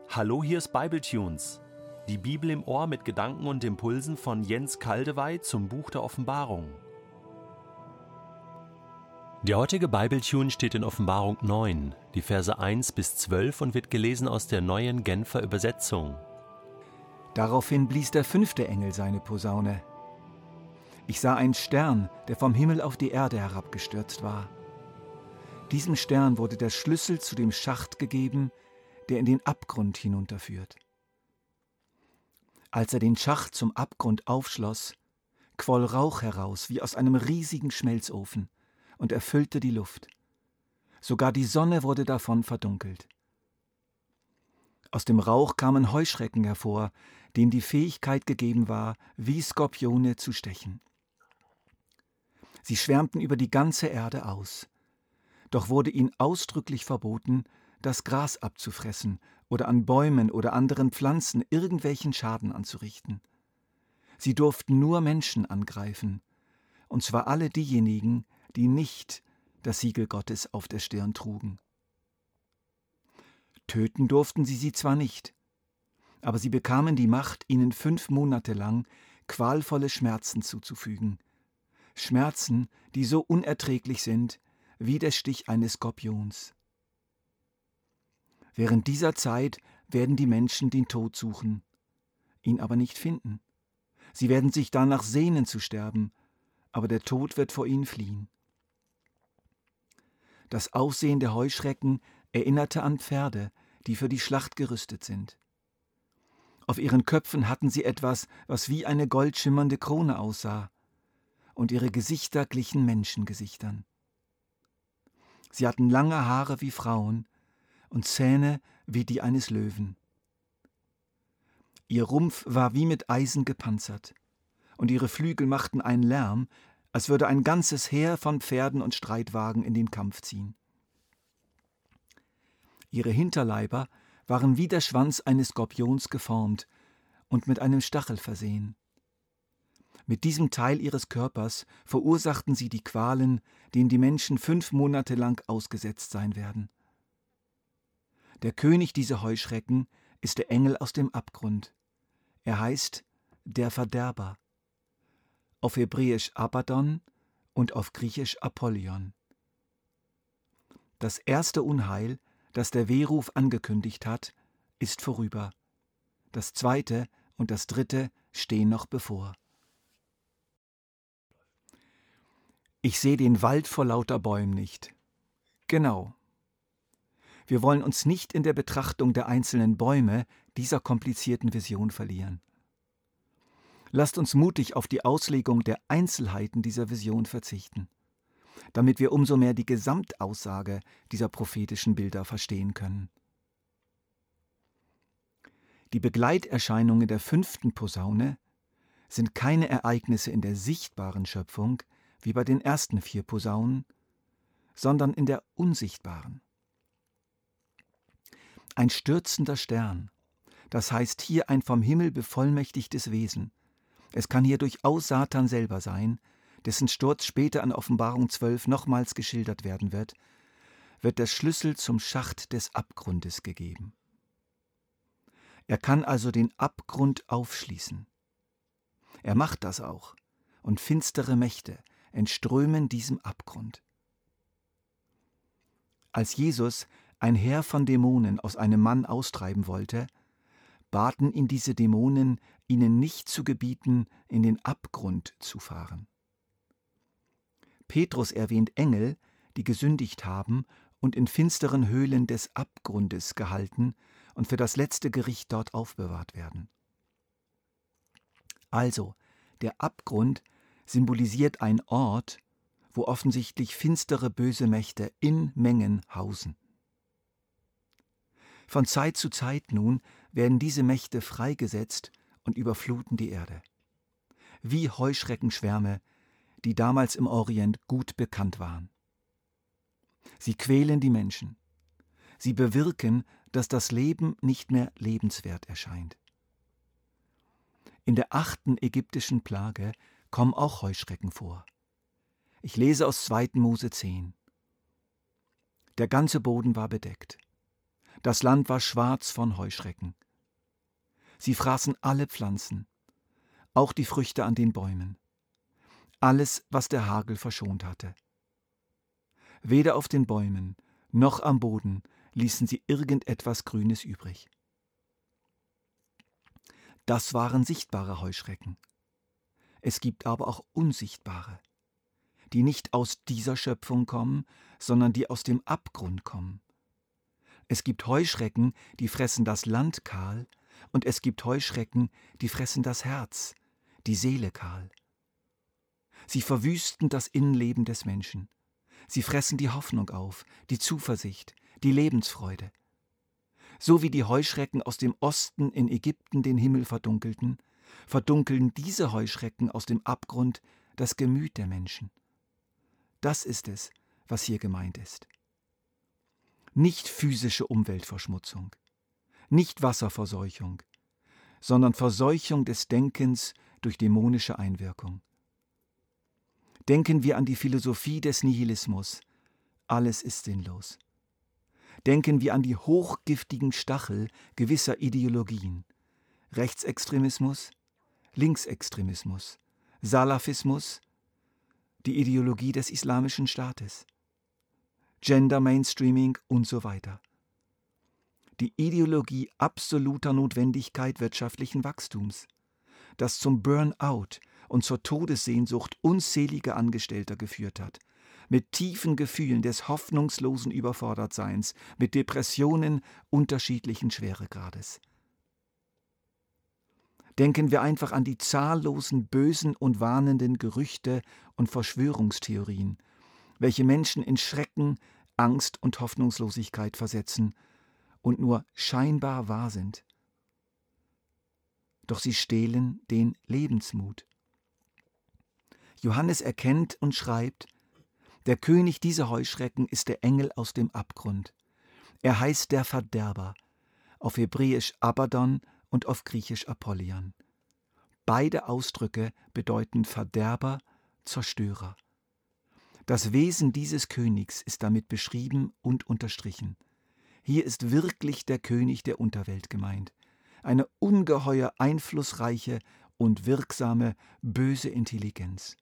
Hallo, hier ist Bibletunes. Die Bibel im Ohr mit Gedanken und Impulsen von Jens Kaldewey zum Buch der Offenbarung. Der heutige Bibletune steht in Offenbarung 9, die Verse 1 bis 12 und wird gelesen aus der neuen Genfer Übersetzung. Daraufhin blies der 5. Engel seine Posaune. Ich sah einen Stern, der vom Himmel auf die Erde herabgestürzt war. Diesem Stern wurde der Schlüssel zu dem Schacht gegeben, der in den Abgrund hinunterführt. Als er den Schacht zum Abgrund aufschloss, quoll Rauch heraus wie aus einem riesigen Schmelzofen und erfüllte die Luft. Sogar die Sonne wurde davon verdunkelt. Aus dem Rauch kamen Heuschrecken hervor, denen die Fähigkeit gegeben war, wie Skorpione zu stechen. Sie schwärmten über die ganze Erde aus. Doch wurde ihnen ausdrücklich verboten, das Gras abzufressen oder an Bäumen oder anderen Pflanzen irgendwelchen Schaden anzurichten. Sie durften nur Menschen angreifen, und zwar alle diejenigen, die nicht das Siegel Gottes auf der Stirn trugen. Töten durften sie zwar nicht, aber sie bekamen die Macht, ihnen 5 Monate lang qualvolle Schmerzen zuzufügen. Schmerzen, die so unerträglich sind wie der Stich eines Skorpions. Während dieser Zeit werden die Menschen den Tod suchen, ihn aber nicht finden. Sie werden sich danach sehnen zu sterben, aber der Tod wird vor ihnen fliehen. Das Aussehen der Heuschrecken erinnerte an Pferde, die für die Schlacht gerüstet sind. Auf ihren Köpfen hatten sie etwas, was wie eine goldschimmernde Krone aussah, und ihre Gesichter glichen Menschengesichtern. Sie hatten lange Haare wie Frauen und Zähne wie die eines Löwen. Ihr Rumpf war wie mit Eisen gepanzert, und ihre Flügel machten einen Lärm, als würde ein ganzes Heer von Pferden und Streitwagen in den Kampf ziehen. Ihre Hinterleiber waren wie der Schwanz eines Skorpions geformt und mit einem Stachel versehen. Mit diesem Teil ihres Körpers verursachten sie die Qualen, denen die Menschen 5 Monate lang ausgesetzt sein werden. Der König dieser Heuschrecken ist der Engel aus dem Abgrund. Er heißt der Verderber, auf Hebräisch Abaddon und auf Griechisch Apollyon. Das erste Unheil, das der Wehruf angekündigt hat, ist vorüber. Das zweite und das dritte stehen noch bevor. Ich sehe den Wald vor lauter Bäumen nicht. Genau. Wir wollen uns nicht in der Betrachtung der einzelnen Bäume dieser komplizierten Vision verlieren. Lasst uns mutig auf die Auslegung der Einzelheiten dieser Vision verzichten, damit wir umso mehr die Gesamtaussage dieser prophetischen Bilder verstehen können. Die Begleiterscheinungen der 5. Posaune sind keine Ereignisse in der sichtbaren Schöpfung, wie bei den ersten 4 Posaunen, sondern in der unsichtbaren. Ein stürzender Stern, das heißt hier ein vom Himmel bevollmächtigtes Wesen. Es kann hier durchaus Satan selber sein, dessen Sturz später in Offenbarung 12 nochmals geschildert werden wird der Schlüssel zum Schacht des Abgrundes gegeben. Er kann also den Abgrund aufschließen. Er macht das auch, und finstere Mächte entströmen diesem Abgrund. Als Jesus ein Heer von Dämonen aus einem Mann austreiben wollte, baten ihn diese Dämonen, ihnen nicht zu gebieten, in den Abgrund zu fahren. Petrus erwähnt Engel, die gesündigt haben und in finsteren Höhlen des Abgrundes gehalten und für das letzte Gericht dort aufbewahrt werden. Also, der Abgrund symbolisiert einen Ort, wo offensichtlich finstere böse Mächte in Mengen hausen. Von Zeit zu Zeit nun werden diese Mächte freigesetzt und überfluten die Erde. Wie Heuschreckenschwärme, die damals im Orient gut bekannt waren. Sie quälen die Menschen. Sie bewirken, dass das Leben nicht mehr lebenswert erscheint. In der 8. ägyptischen Plage kommen auch Heuschrecken vor. Ich lese aus 2. Mose 10. Der ganze Boden war bedeckt. Das Land war schwarz von Heuschrecken. Sie fraßen alle Pflanzen, auch die Früchte an den Bäumen. Alles, was der Hagel verschont hatte. Weder auf den Bäumen noch am Boden ließen sie irgendetwas Grünes übrig. Das waren sichtbare Heuschrecken. Es gibt aber auch unsichtbare, die nicht aus dieser Schöpfung kommen, sondern die aus dem Abgrund kommen. Es gibt Heuschrecken, die fressen das Land kahl, und es gibt Heuschrecken, die fressen das Herz, die Seele kahl. Sie verwüsten das Innenleben des Menschen. Sie fressen die Hoffnung auf, die Zuversicht, die Lebensfreude. So wie die Heuschrecken aus dem Osten in Ägypten den Himmel verdunkelten, verdunkeln diese Heuschrecken aus dem Abgrund das Gemüt der Menschen. Das ist es, was hier gemeint ist. Nicht physische Umweltverschmutzung, nicht Wasserverseuchung, sondern Verseuchung des Denkens durch dämonische Einwirkung. Denken wir an die Philosophie des Nihilismus. Alles ist sinnlos. Denken wir an die hochgiftigen Stachel gewisser Ideologien. Rechtsextremismus, Linksextremismus, Salafismus, die Ideologie des Islamischen Staates, Gender Mainstreaming und so weiter. Die Ideologie absoluter Notwendigkeit wirtschaftlichen Wachstums, das zum Burnout und zur Todessehnsucht unzähliger Angestellter geführt hat, mit tiefen Gefühlen des hoffnungslosen Überfordertseins, mit Depressionen unterschiedlichen Schweregrades. Denken wir einfach an die zahllosen bösen und warnenden Gerüchte und Verschwörungstheorien, welche Menschen in Schrecken, Angst und Hoffnungslosigkeit versetzen und nur scheinbar wahr sind. Doch sie stehlen den Lebensmut. Johannes erkennt und schreibt: Der König dieser Heuschrecken ist der Engel aus dem Abgrund. Er heißt der Verderber, auf Hebräisch Abaddon und auf Griechisch Apollyon. Beide Ausdrücke bedeuten Verderber, Zerstörer. Das Wesen dieses Königs ist damit beschrieben und unterstrichen. Hier ist wirklich der König der Unterwelt gemeint. Eine ungeheuer einflussreiche und wirksame, böse Intelligenz.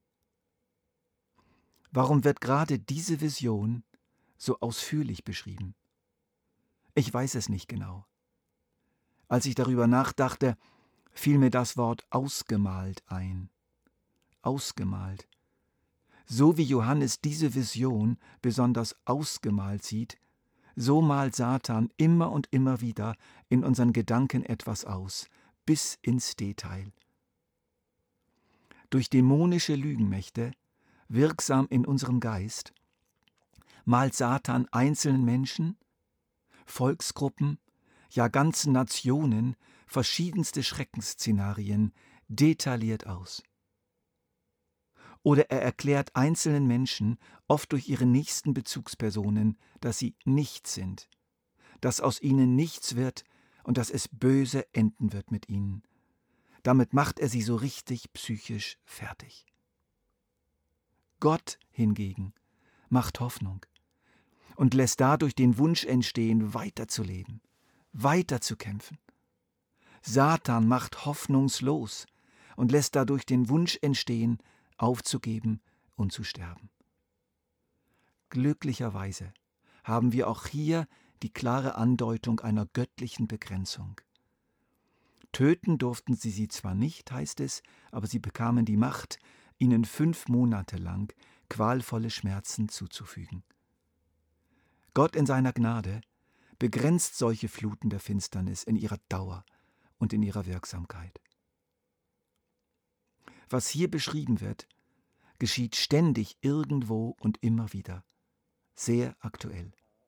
Warum wird gerade diese Vision so ausführlich beschrieben? Ich weiß es nicht genau. Als ich darüber nachdachte, fiel mir das Wort ausgemalt ein. Ausgemalt. So wie Johannes diese Vision besonders ausgemalt sieht, so malt Satan immer und immer wieder in unseren Gedanken etwas aus, bis ins Detail. Durch dämonische Lügenmächte, wirksam in unserem Geist, malt Satan einzelnen Menschen, Volksgruppen, ja ganzen Nationen verschiedenste Schreckensszenarien detailliert aus. Oder er erklärt einzelnen Menschen, oft durch ihre nächsten Bezugspersonen, dass sie nichts sind, dass aus ihnen nichts wird und dass es böse enden wird mit ihnen. Damit macht er sie so richtig psychisch fertig. Gott hingegen macht Hoffnung und lässt dadurch den Wunsch entstehen, weiterzuleben, weiterzukämpfen. Satan macht hoffnungslos und lässt dadurch den Wunsch entstehen, aufzugeben und zu sterben. Glücklicherweise haben wir auch hier die klare Andeutung einer göttlichen Begrenzung. Töten durften sie zwar nicht, heißt es, aber sie bekamen die Macht, ihnen 5 Monate lang qualvolle Schmerzen zuzufügen. Gott in seiner Gnade begrenzt solche Fluten der Finsternis in ihrer Dauer und in ihrer Wirksamkeit. Was hier beschrieben wird, geschieht ständig irgendwo und immer wieder. Sehr aktuell.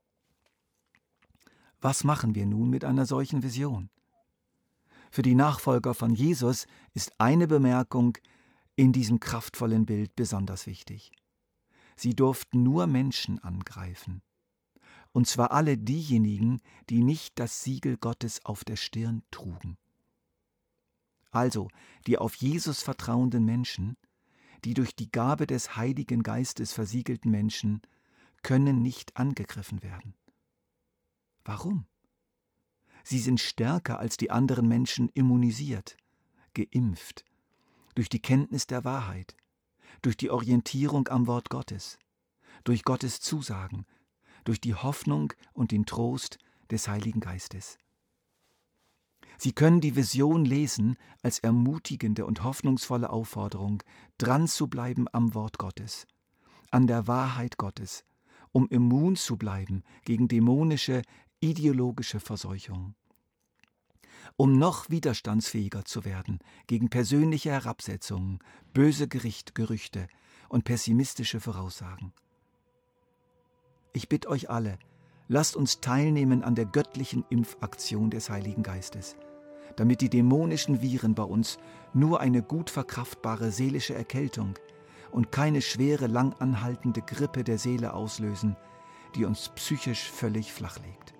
Was machen wir nun mit einer solchen Vision? Für die Nachfolger von Jesus ist eine Bemerkung in diesem kraftvollen Bild besonders wichtig. Sie durften nur Menschen angreifen. Und zwar alle diejenigen, die nicht das Siegel Gottes auf der Stirn trugen. Also die auf Jesus vertrauenden Menschen, die durch die Gabe des Heiligen Geistes versiegelten Menschen, können nicht angegriffen werden. Warum? Sie sind stärker als die anderen Menschen immunisiert, geimpft, durch die Kenntnis der Wahrheit, durch die Orientierung am Wort Gottes, durch Gottes Zusagen, durch die Hoffnung und den Trost des Heiligen Geistes. Sie können die Vision lesen als ermutigende und hoffnungsvolle Aufforderung, dran zu bleiben am Wort Gottes, an der Wahrheit Gottes, um immun zu bleiben gegen dämonische, ideologische Verseuchung, um noch widerstandsfähiger zu werden gegen persönliche Herabsetzungen, böse Gerüchte und pessimistische Voraussagen. Ich bitte euch alle, lasst uns teilnehmen an der göttlichen Impfaktion des Heiligen Geistes, damit die dämonischen Viren bei uns nur eine gut verkraftbare seelische Erkältung und keine schwere, lang anhaltende Grippe der Seele auslösen, die uns psychisch völlig flachlegt.